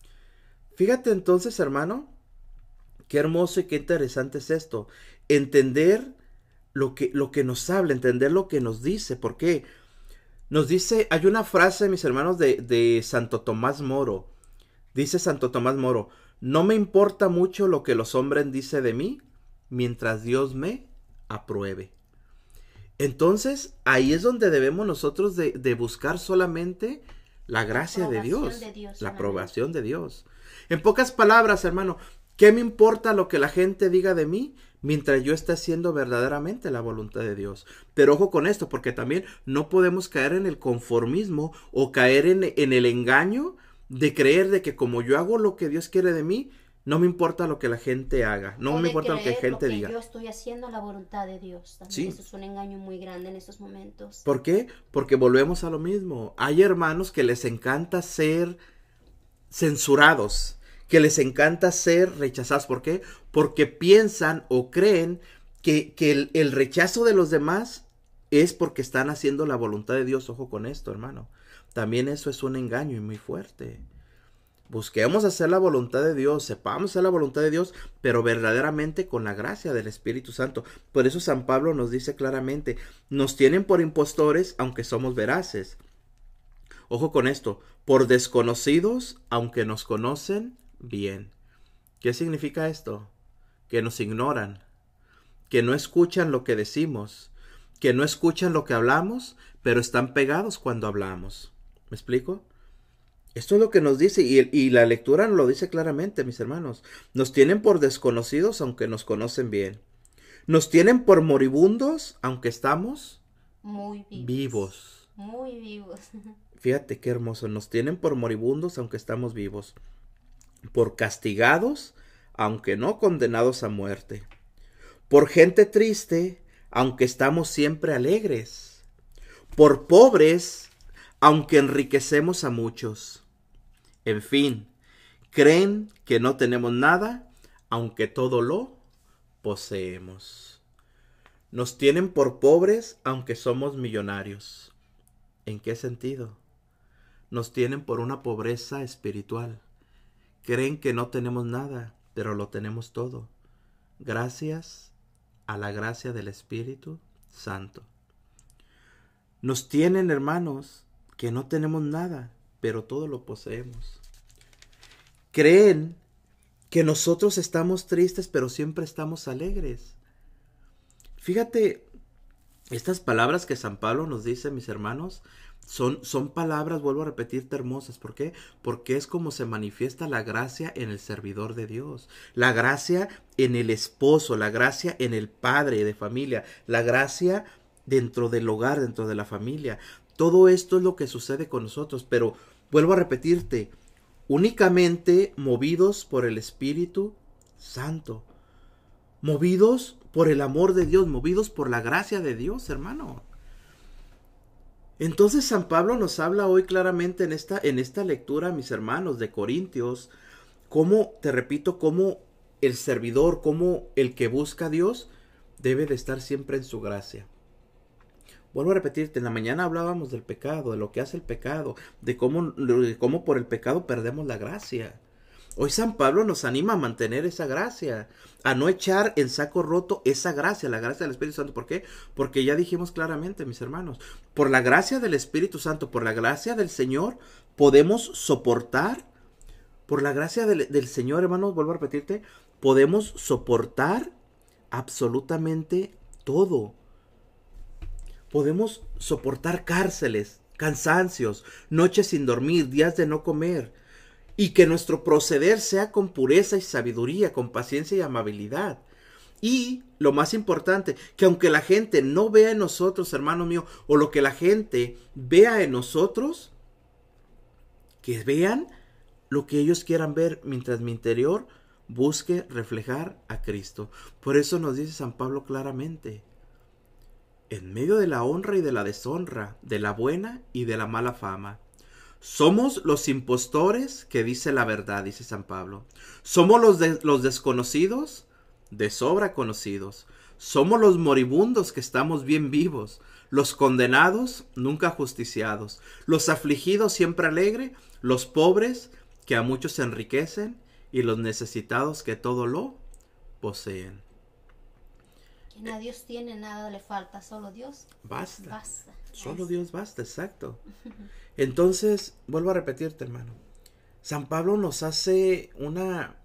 Fíjate entonces, hermano, qué hermoso y qué interesante es esto. Entender lo que nos habla, entender lo que nos dice. ¿Por qué? Nos dice, hay una frase, mis hermanos, de Santo Tomás Moro. Dice Santo Tomás Moro: no me importa mucho lo que los hombres dicen de mí, mientras Dios me apruebe. Entonces, ahí es donde debemos nosotros de buscar solamente la gracia de Dios, la aprobación de Dios. En pocas palabras, hermano, ¿qué me importa lo que la gente diga de mí mientras yo esté haciendo verdaderamente la voluntad de Dios? Pero ojo con esto, porque también no podemos caer en el conformismo o caer en el engaño de creer de que como yo hago lo que Dios quiere de mí, no me importa lo que la gente haga, no me importa lo que la gente diga. Yo estoy haciendo la voluntad de Dios. También sí. Eso es un engaño muy grande en estos momentos. ¿Por qué? Porque volvemos a lo mismo. Hay hermanos que les encanta ser censurados, que les encanta ser rechazados. ¿Por qué? Porque piensan o creen que el rechazo de los demás es porque están haciendo la voluntad de Dios. Ojo con esto, hermano. También eso es un engaño y muy fuerte. Busquemos hacer la voluntad de Dios, sepamos hacer la voluntad de Dios, pero verdaderamente con la gracia del Espíritu Santo. Por eso San Pablo nos dice claramente, nos tienen por impostores aunque somos veraces. Ojo con esto, por desconocidos aunque nos conocen bien. ¿Qué significa esto? Que nos ignoran, que no escuchan lo que decimos, que no escuchan lo que hablamos, pero están pegados cuando hablamos. ¿Me explico? Esto es lo que nos dice, y la lectura nos lo dice claramente, mis hermanos. Nos tienen por desconocidos, aunque nos conocen bien. Nos tienen por moribundos, aunque estamos muy vivos. Muy vivos. Fíjate qué hermoso. Nos tienen por moribundos, aunque estamos vivos. Por castigados, aunque no condenados a muerte. Por gente triste, aunque estamos siempre alegres. Por pobres, aunque enriquecemos a muchos. En fin, creen que no tenemos nada, aunque todo lo poseemos. Nos tienen por pobres, aunque somos millonarios. ¿En qué sentido? Nos tienen por una pobreza espiritual. Creen que no tenemos nada, pero lo tenemos todo. Gracias a la gracia del Espíritu Santo. Nos tienen, hermanos, que no tenemos nada, pero todo lo poseemos. Creen que nosotros estamos tristes, pero siempre estamos alegres. Fíjate, estas palabras que San Pablo nos dice, mis hermanos, son palabras, vuelvo a repetirte, hermosas. ¿Por qué? Porque es como se manifiesta la gracia en el servidor de Dios, la gracia en el esposo, la gracia en el padre de familia, la gracia dentro del hogar, dentro de la familia. Todo esto es lo que sucede con nosotros, pero vuelvo a repetirte, únicamente movidos por el Espíritu Santo, movidos por el amor de Dios, movidos por la gracia de Dios, hermano. Entonces San Pablo nos habla hoy claramente en esta lectura, mis hermanos, de Corintios, cómo, te repito, cómo el servidor, cómo el que busca a Dios debe de estar siempre en su gracia. Vuelvo a repetirte, en la mañana hablábamos del pecado, de lo que hace el pecado, de cómo por el pecado perdemos la gracia. Hoy San Pablo nos anima a mantener esa gracia, a no echar en saco roto esa gracia, la gracia del Espíritu Santo. ¿Por qué? Porque ya dijimos claramente, mis hermanos, por la gracia del Espíritu Santo, por la gracia del Señor, podemos soportar, por la gracia del Señor, hermanos, vuelvo a repetirte, podemos soportar absolutamente todo. Podemos soportar cárceles, cansancios, noches sin dormir, días de no comer, y que nuestro proceder sea con pureza y sabiduría, con paciencia y amabilidad. Y lo más importante, que aunque la gente no vea en nosotros, hermano mío, o lo que la gente vea en nosotros, que vean lo que ellos quieran ver, mientras mi interior busque reflejar a Cristo. Por eso nos dice San Pablo claramente, en medio de la honra y de la deshonra, de la buena y de la mala fama, somos los impostores que dice la verdad, dice San Pablo. Somos los desconocidos, de sobra conocidos. Somos los moribundos que estamos bien vivos. Los condenados, nunca justiciados. Los afligidos, siempre alegre. Los pobres, que a muchos se enriquecen. Y los necesitados, que todo lo poseen. Quien a Dios tiene, nada le falta. Solo Dios basta. Solo Dios basta, exacto. Entonces, vuelvo a repetirte, hermano. San Pablo nos hace una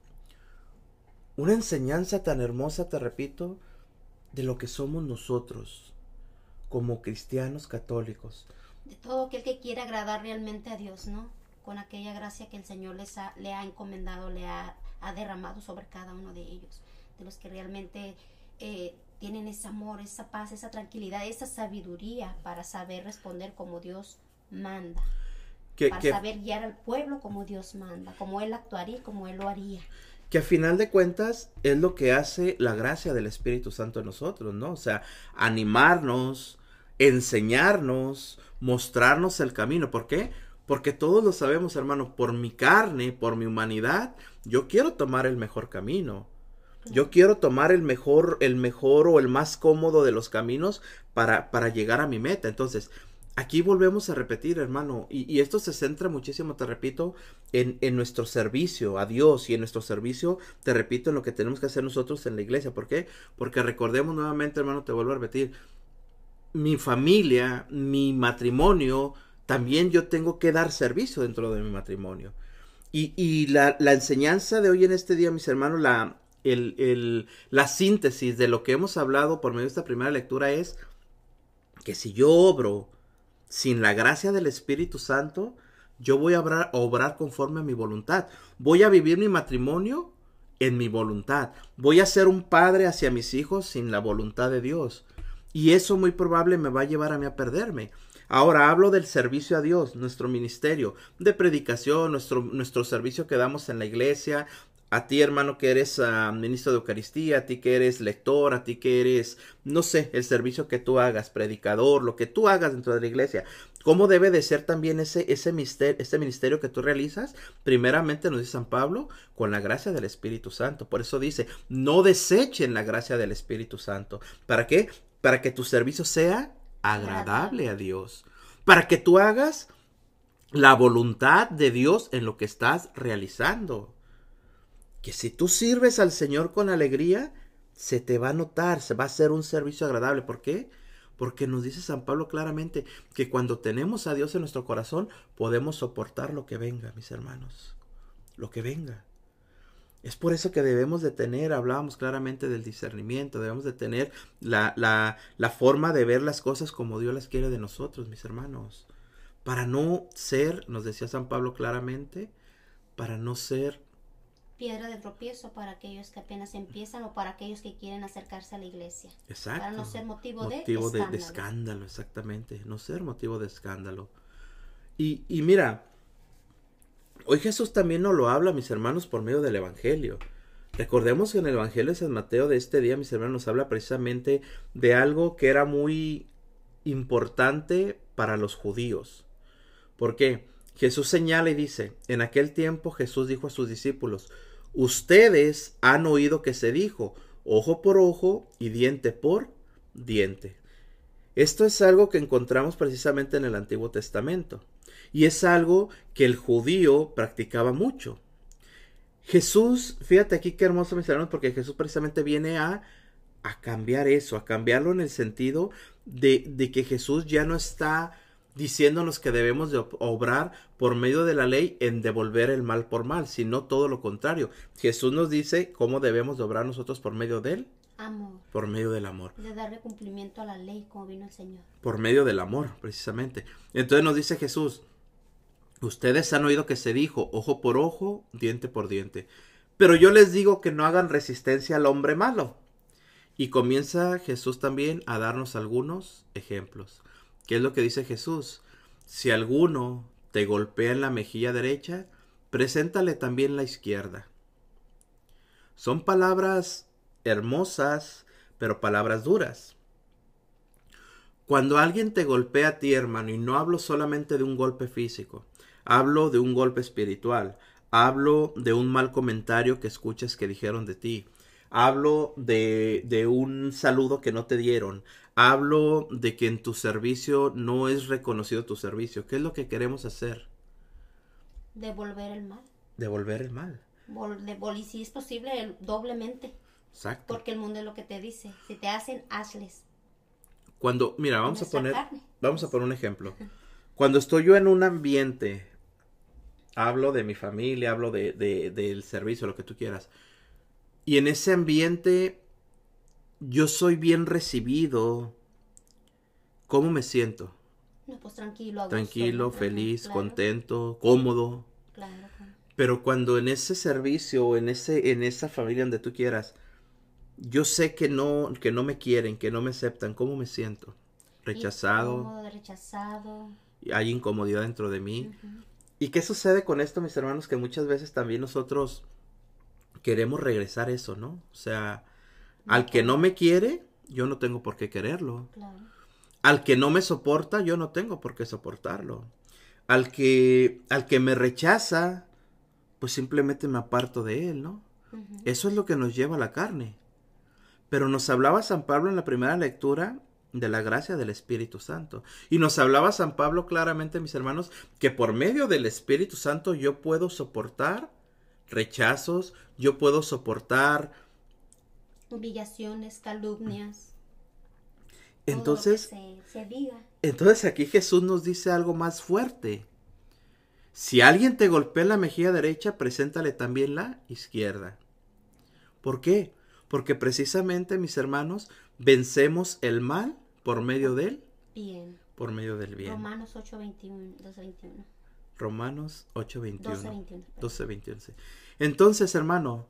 enseñanza tan hermosa, te repito, de lo que somos nosotros como cristianos católicos. De todo aquel que quiera agradar realmente a Dios, ¿no? Con aquella gracia que el Señor le ha encomendado, le ha derramado sobre cada uno de ellos. De los que realmente tienen ese amor, esa paz, esa tranquilidad, esa sabiduría para saber responder como Dios manda. Para saber guiar al pueblo como Dios manda, como Él actuaría y como Él lo haría. Que a final de cuentas es lo que hace la gracia del Espíritu Santo en nosotros, ¿no? O sea, animarnos, enseñarnos, mostrarnos el camino. ¿Por qué? Porque todos lo sabemos, hermano, por mi carne, por mi humanidad, yo quiero tomar el mejor camino. Yo quiero tomar el mejor o el más cómodo de los caminos para llegar a mi meta. Entonces, aquí volvemos a repetir, hermano, y esto se centra muchísimo, te repito, en nuestro servicio a Dios y en nuestro servicio, te repito, en lo que tenemos que hacer nosotros en la iglesia. ¿Por qué? Porque recordemos nuevamente, hermano, te vuelvo a repetir, mi familia, mi matrimonio, también yo tengo que dar servicio dentro de mi matrimonio. Y la enseñanza de hoy en este día, mis hermanos, la síntesis de lo que hemos hablado por medio de esta primera lectura es que si yo obro sin la gracia del Espíritu Santo, yo voy a obrar conforme a mi voluntad. Voy a vivir mi matrimonio en mi voluntad. Voy a ser un padre hacia mis hijos sin la voluntad de Dios. Y eso muy probable me va a llevar a mí a perderme. Ahora hablo del servicio a Dios, nuestro ministerio de predicación, nuestro servicio que damos en la iglesia. A ti, hermano, que eres ministro de Eucaristía, a ti que eres lector, a ti que eres, no sé, el servicio que tú hagas, predicador, lo que tú hagas dentro de la iglesia. ¿Cómo debe de ser también ese ministerio que tú realizas? Primeramente nos dice San Pablo, con la gracia del Espíritu Santo. Por eso dice, no desechen la gracia del Espíritu Santo. ¿Para qué? Para que tu servicio sea agradable a Dios. Para que tú hagas la voluntad de Dios en lo que estás realizando. Que si tú sirves al Señor con alegría, se te va a notar, se va a hacer un servicio agradable. ¿Por qué? Porque nos dice San Pablo claramente que cuando tenemos a Dios en nuestro corazón, podemos soportar lo que venga, mis hermanos. Lo que venga. Es por eso que debemos de tener, hablábamos claramente del discernimiento, debemos de tener la forma de ver las cosas como Dios las quiere de nosotros, mis hermanos. Para no ser, nos decía San Pablo claramente, para no ser piedra de tropiezo para aquellos que apenas empiezan o para aquellos que quieren acercarse a la iglesia. Exacto. Para no ser motivo de escándalo, exactamente. No ser motivo de escándalo. Y mira, hoy Jesús también nos lo habla, mis hermanos, por medio del Evangelio. Recordemos que en el Evangelio de San Mateo de este día, mis hermanos, nos habla precisamente de algo que era muy importante para los judíos. ¿Por qué? Jesús señala y dice, en aquel tiempo Jesús dijo a sus discípulos, ustedes han oído que se dijo, ojo por ojo y diente por diente. Esto es algo que encontramos precisamente en el Antiguo Testamento. Y es algo que el judío practicaba mucho. Jesús, fíjate aquí qué hermoso, mis hermanos, porque Jesús precisamente viene a cambiar eso, a cambiarlo en el sentido de que Jesús ya no está diciéndonos que debemos de obrar por medio de la ley en devolver el mal por mal, sino todo lo contrario. Jesús nos dice cómo debemos de obrar nosotros por medio del amor. Por medio del amor. De darle cumplimiento a la ley como vino el Señor. Por medio del amor, precisamente. Entonces nos dice Jesús, ustedes han oído que se dijo, ojo por ojo, diente por diente. Pero yo les digo que no hagan resistencia al hombre malo. Y comienza Jesús también a darnos algunos ejemplos. ¿Qué es lo que dice Jesús? Si alguno te golpea en la mejilla derecha, preséntale también la izquierda. Son palabras hermosas, pero palabras duras. Cuando alguien te golpea a ti, hermano, y no hablo solamente de un golpe físico, hablo de un golpe espiritual, hablo de un mal comentario que escuchas que dijeron de ti, hablo de un saludo que no te dieron, hablo de que en tu servicio no es reconocido tu servicio. ¿Qué es lo que queremos hacer? Devolver el mal. Devolver el mal. Y si es posible, doblemente. Exacto. Porque el mundo es lo que te dice. Si te hacen, hazles. Cuando, mira, vamos a poner un ejemplo. Cuando estoy yo en un ambiente, hablo de mi familia, hablo del servicio, lo que tú quieras. Y en ese ambiente yo soy bien recibido. ¿Cómo me siento? No, pues tranquilo, tranquilo, feliz, claro. Contento, cómodo. Claro. Pero cuando en ese servicio o en esa familia donde tú quieras, yo sé que no me quieren, que no me aceptan, ¿cómo me siento? Rechazado. Incómodo, rechazado. Hay incomodidad dentro de mí. Uh-huh. ¿Y qué sucede con esto, mis hermanos? Que muchas veces también nosotros queremos regresar eso, ¿no? O sea, al que no me quiere, yo no tengo por qué quererlo. Claro. Al que no me soporta, yo no tengo por qué soportarlo. Al que me rechaza, pues simplemente me aparto de él, ¿no? Uh-huh. Eso es lo que nos lleva a la carne. Pero nos hablaba San Pablo en la primera lectura de la gracia del Espíritu Santo. Y nos hablaba San Pablo claramente, mis hermanos, que por medio del Espíritu Santo yo puedo soportar rechazos, yo puedo soportar humillaciones, calumnias. Entonces, todo lo que se diga. Entonces aquí Jesús nos dice algo más fuerte. Si alguien te golpea en la mejilla derecha, preséntale también la izquierda. ¿Por qué? Porque precisamente, mis hermanos, vencemos el mal por medio del bien. Por medio del bien. Romanos 8:21, 2:21. Romanos 8:21. 12:21. 12:21. Entonces, hermano,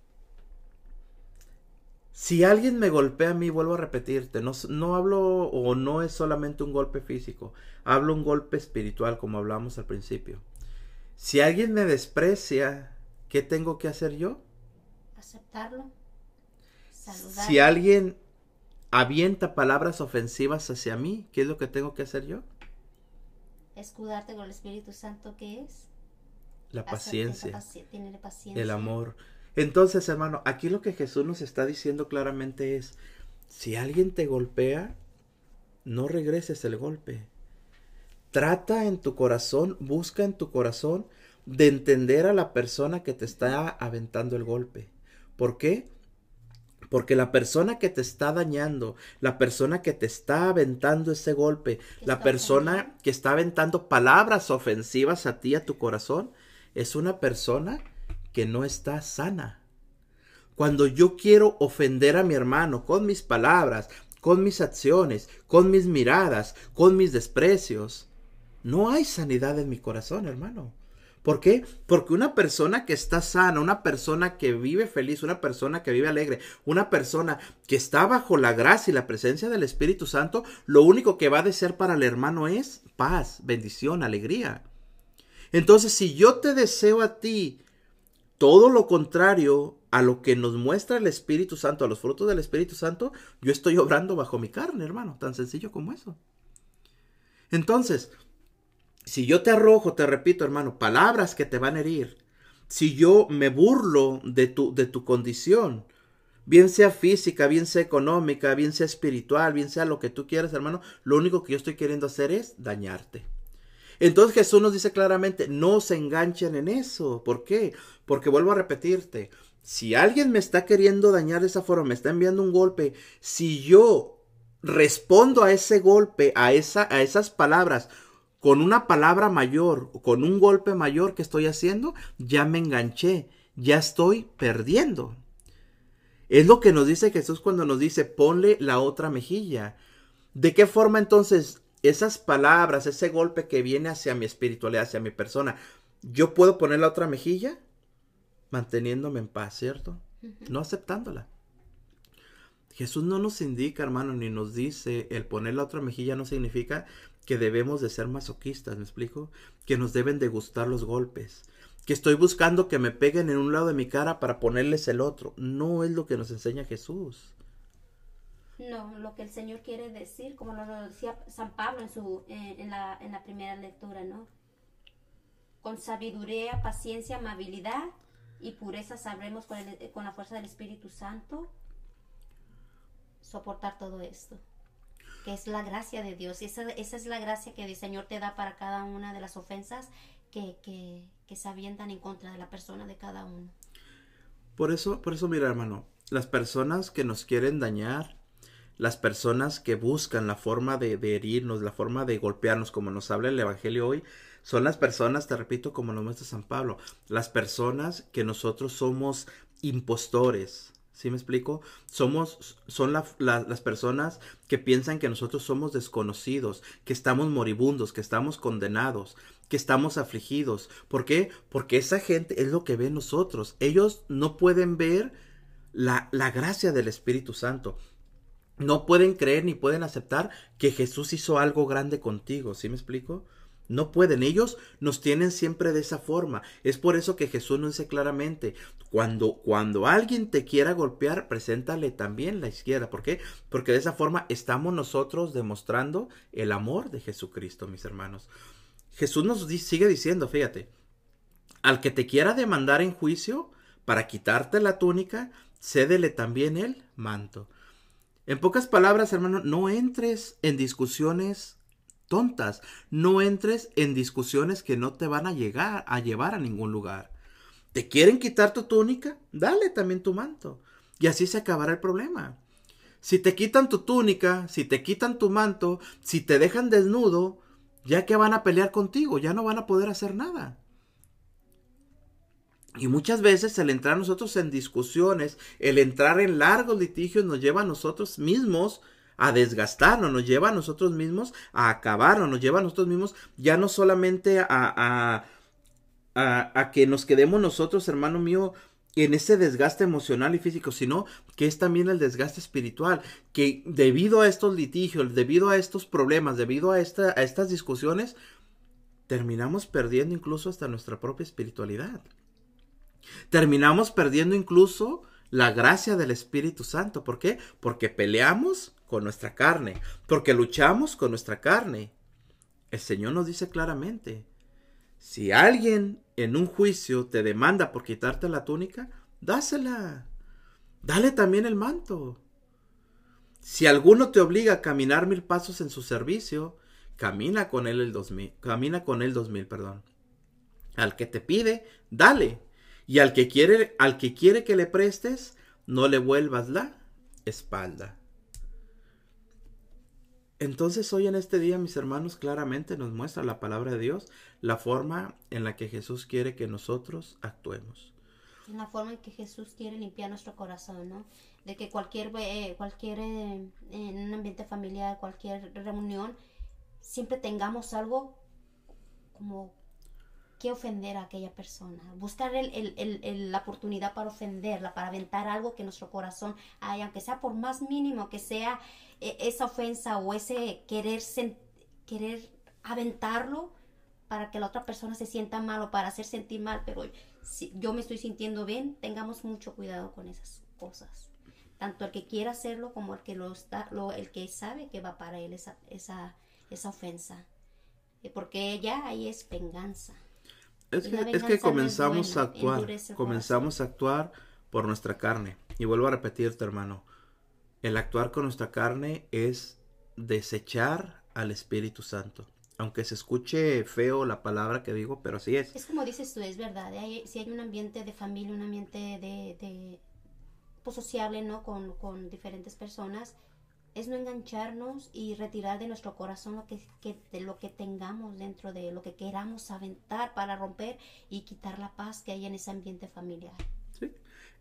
si alguien me golpea a mí, vuelvo a repetirte, no hablo o no es solamente un golpe físico, hablo un golpe espiritual, como hablamos al principio. Si alguien me desprecia, ¿qué tengo que hacer yo? Aceptarlo. Saludarlo. Si alguien avienta palabras ofensivas hacia mí, ¿qué es lo que tengo que hacer yo? Escudarte con el Espíritu Santo, ¿qué es? La paciencia. Tener paciencia. El amor. Entonces, hermano, aquí lo que Jesús nos está diciendo claramente es, si alguien te golpea, no regreses el golpe. Trata en tu corazón, busca en tu corazón de entender a la persona que te está aventando el golpe. ¿Por qué? Porque la persona que te está dañando, la persona que te está aventando ese golpe, la persona que está aventando palabras ofensivas a ti, a tu corazón, es una persona que no está sana. Cuando yo quiero ofender a mi hermano con mis palabras, con mis acciones, con mis miradas, con mis desprecios, no hay sanidad en mi corazón, hermano. ¿Por qué? Porque una persona que está sana, una persona que vive feliz, una persona que vive alegre, una persona que está bajo la gracia y la presencia del Espíritu Santo, lo único que va a desear para el hermano es paz, bendición, alegría. Entonces, si yo te deseo a ti todo lo contrario a lo que nos muestra el Espíritu Santo, a los frutos del Espíritu Santo, yo estoy obrando bajo mi carne, hermano, tan sencillo como eso. Entonces, si yo te arrojo, te repito, hermano, palabras que te van a herir, si yo me burlo de tu condición, bien sea física, bien sea económica, bien sea espiritual, bien sea lo que tú quieras, hermano, lo único que yo estoy queriendo hacer es dañarte. Entonces Jesús nos dice claramente, no se enganchen en eso. ¿Por qué? Porque vuelvo a repetirte, si alguien me está queriendo dañar de esa forma, me está enviando un golpe, si yo respondo a ese golpe, a esas palabras, con una palabra mayor, con un golpe mayor que estoy haciendo, ya me enganché, ya estoy perdiendo. Es lo que nos dice Jesús cuando nos dice, ponle la otra mejilla. ¿De qué forma entonces esas palabras, ese golpe que viene hacia mi espiritualidad, hacia mi persona, yo puedo poner la otra mejilla? Manteniéndome en paz, ¿cierto? No aceptándola. Jesús no nos indica, hermano, ni nos dice, el poner la otra mejilla no significa que debemos de ser masoquistas, ¿me explico? Que nos deben de gustar los golpes, que estoy buscando que me peguen en un lado de mi cara para ponerles el otro. No es lo que nos enseña Jesús. No, lo que el Señor quiere decir, como lo decía San Pablo en la primera lectura, ¿no? Con sabiduría, paciencia, amabilidad y pureza sabremos con la fuerza del Espíritu Santo soportar todo esto, que es la gracia de Dios. Esa es la gracia que el Señor te da para cada una de las ofensas que se avientan en contra de la persona de cada uno. Por eso, mira, hermano, las personas que nos quieren dañar, las personas que buscan la forma de herirnos, la forma de golpearnos, como nos habla el Evangelio hoy, son las personas, te repito, como nos muestra San Pablo, las personas que nosotros somos impostores. ¿Sí me explico? Son las personas que piensan que nosotros somos desconocidos, que estamos moribundos, que estamos condenados, que estamos afligidos. ¿Por qué? Porque esa gente es lo que ve en nosotros. Ellos no pueden ver la gracia del Espíritu Santo. No pueden creer ni pueden aceptar que Jesús hizo algo grande contigo. ¿Sí me explico? No pueden, ellos nos tienen siempre de esa forma. Es por eso que Jesús nos dice claramente, cuando alguien te quiera golpear, preséntale también la izquierda. ¿Por qué? Porque de esa forma estamos nosotros demostrando el amor de Jesucristo, mis hermanos. Jesús nos sigue diciendo, fíjate, al que te quiera demandar en juicio para quitarte la túnica, cédele también el manto. En pocas palabras, hermano, no entres en discusiones tontas, no entres en discusiones que no te van a llevar a ningún lugar. ¿Te quieren quitar tu túnica? Dale también tu manto. Y así se acabará el problema. Si te quitan tu túnica, si te quitan tu manto, si te dejan desnudo, ya que van a pelear contigo, ya no van a poder hacer nada. Y muchas veces el entrar nosotros en discusiones, el entrar en largos litigios nos lleva a nosotros mismos a desgastarnos, nos lleva a nosotros mismos a acabarnos, nos lleva a nosotros mismos ya no solamente a que nos quedemos nosotros, hermano mío, en ese desgaste emocional y físico, sino que es también el desgaste espiritual, que debido a estos litigios, debido a estos problemas, debido a estas discusiones, terminamos perdiendo incluso hasta nuestra propia espiritualidad. Terminamos perdiendo incluso la gracia del Espíritu Santo. ¿Por qué? Porque peleamos con nuestra carne, porque luchamos con nuestra carne. El Señor nos dice claramente, si alguien en un juicio te demanda por quitarte la túnica, dásela. Dale también el manto. Si alguno te obliga a caminar 1000 pasos en su servicio, camina con él 2000, perdón. Al que te pide, dale. Y al que quiere que le prestes, no le vuelvas la espalda. Entonces hoy en este día, mis hermanos, claramente nos muestra la palabra de Dios, la forma en la que Jesús quiere que nosotros actuemos. En la forma en que Jesús quiere limpiar nuestro corazón, ¿no? De que en un ambiente familiar, cualquier reunión, siempre tengamos algo como que ofender a aquella persona, buscar la oportunidad para ofenderla, para aventar algo que en nuestro corazón hay, aunque sea por más mínimo que sea esa ofensa o ese querer aventarlo para que la otra persona se sienta mal o para hacer sentir mal, pero si yo me estoy sintiendo bien, tengamos mucho cuidado con esas cosas. Tanto el que quiera hacerlo como el que el que sabe que va para él esa ofensa, porque ya ahí es venganza. Es que comenzamos a actuar por nuestra carne. Y vuelvo a repetirte, hermano, el actuar con nuestra carne es desechar al Espíritu Santo. Aunque se escuche feo la palabra que digo, pero así es. Es como dices tú, es verdad. Si hay un ambiente de familia, un ambiente de pues, sociable, ¿no? Con diferentes personas, es no engancharnos y retirar de nuestro corazón de lo que tengamos dentro de lo que queramos aventar para romper y quitar la paz que hay en ese ambiente familiar. Sí.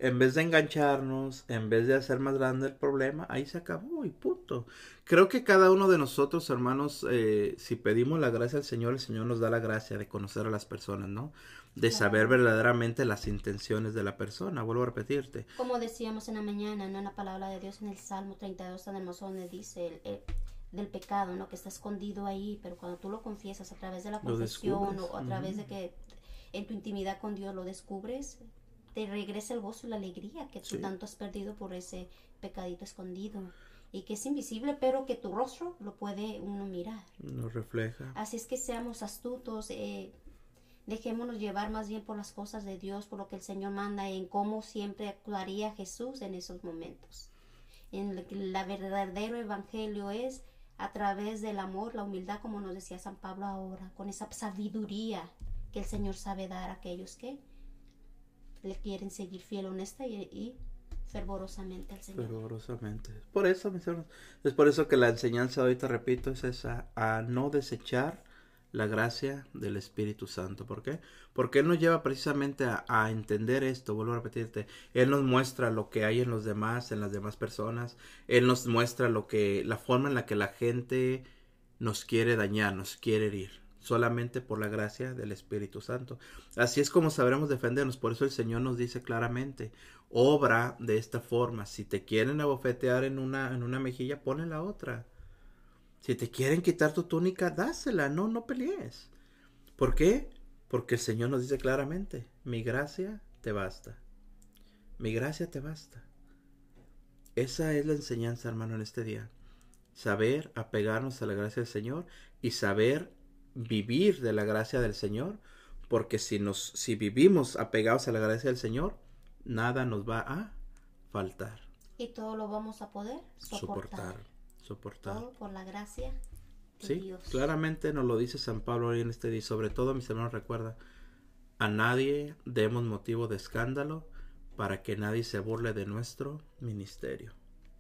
en vez de engancharnos, en vez de hacer más grande el problema, ahí se acabó y punto. Creo que cada uno de nosotros, hermanos, si pedimos la gracia al Señor, el Señor nos da la gracia de conocer a las personas, ¿no? De saber verdaderamente las intenciones de la persona. Vuelvo a repetirte. Como decíamos en la mañana, ¿no? En la palabra de Dios, en el Salmo 32, tan hermoso, donde dice del pecado, ¿no? Que está escondido ahí, pero cuando tú lo confiesas a través de la confesión o a través de que en tu intimidad con Dios lo descubres, te regresa el gozo y la alegría que tú tanto has perdido por ese pecadito escondido y que es invisible, pero que tu rostro lo puede uno mirar. Nos refleja. Así es que seamos astutos, dejémonos llevar más bien por las cosas de Dios, por lo que el Señor manda, en cómo siempre actuaría Jesús en esos momentos. En la verdadero evangelio es a través del amor, la humildad, como nos decía San Pablo ahora, con esa sabiduría que el Señor sabe dar a aquellos que le quieren seguir fiel, honesta y fervorosamente al Señor. Fervorosamente. Por eso, mis hermanos, es por eso que la enseñanza hoy, te repito, es esa, a no desechar la gracia del Espíritu Santo. ¿Por qué? Porque Él nos lleva precisamente a entender esto. Vuelvo a repetirte. Él nos muestra lo que hay en los demás, en las demás personas. Él nos muestra la forma en la que la gente nos quiere dañar, nos quiere herir. Solamente por la gracia del Espíritu Santo. Así es como sabremos defendernos. Por eso el Señor nos dice claramente, obra de esta forma. Si te quieren abofetear en una mejilla, ponle la otra. Si te quieren quitar tu túnica, dásela, no pelees. ¿Por qué? Porque el Señor nos dice claramente, mi gracia te basta. Mi gracia te basta. Esa es la enseñanza, hermano, en este día. Saber apegarnos a la gracia del Señor y saber vivir de la gracia del Señor, porque si vivimos apegados a la gracia del Señor, nada nos va a faltar. Y todo lo vamos a poder soportar. Todo por la gracia de Dios. Claramente nos lo dice San Pablo hoy en este día. Sobre todo, mis hermanos, recuerda, a nadie demos motivo de escándalo para que nadie se burle de nuestro ministerio.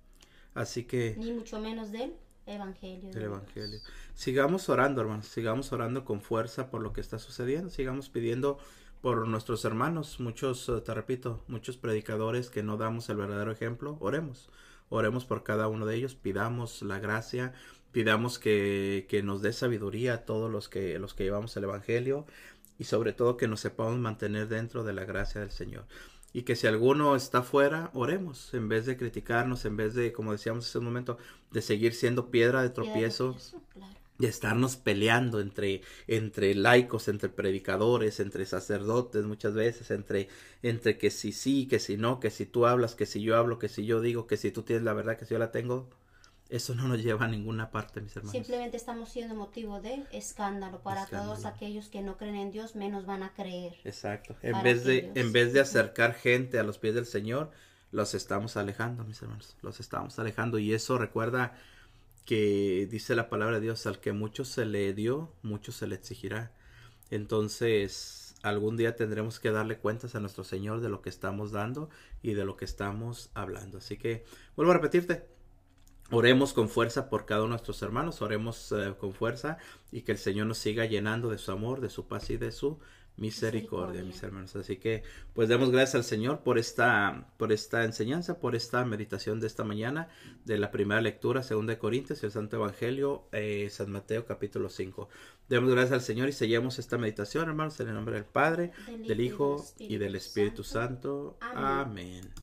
Así que... Ni mucho menos del Evangelio. Del Evangelio. Sigamos orando, hermanos. Sigamos orando con fuerza por lo que está sucediendo. Sigamos pidiendo por nuestros hermanos. Muchos, te repito, muchos predicadores que no damos el verdadero ejemplo. Oremos. Oremos por cada uno de ellos. Pidamos la gracia. Pidamos que nos dé sabiduría a todos los que llevamos el Evangelio. Y sobre todo que nos sepamos mantener dentro de la gracia del Señor. Y que si alguno está fuera, oremos, en vez de criticarnos, en vez de, como decíamos hace un momento, de seguir siendo piedra de tropiezo, claro. De estarnos peleando entre laicos, entre predicadores, entre sacerdotes muchas veces, entre que si sí, que si no, que si tú hablas, que si yo hablo, que si yo digo, que si tú tienes la verdad, que si yo la tengo. Eso no nos lleva a ninguna parte, mis hermanos. Simplemente estamos siendo motivo de escándalo para todos aquellos que no creen en Dios, menos van a creer. Exacto. En vez de acercar gente a los pies del Señor, los estamos alejando, mis hermanos. Los estamos alejando. Y eso, recuerda que dice la palabra de Dios, al que mucho se le dio, mucho se le exigirá. Entonces, algún día tendremos que darle cuentas a nuestro Señor de lo que estamos dando y de lo que estamos hablando. Así que, vuelvo a repetirte. Oremos con fuerza por cada uno de nuestros hermanos, oremos con fuerza y que el Señor nos siga llenando de su amor, de su paz y de su misericordia, mis hermanos. Así que, pues demos gracias al Señor por esta enseñanza, por esta meditación de esta mañana, de la primera lectura, 2 Corintios, el Santo Evangelio, San Mateo, capítulo 5. Demos gracias al Señor y seguimos esta meditación, hermanos, en el nombre del Padre, del Hijo y del Espíritu Santo. Amén.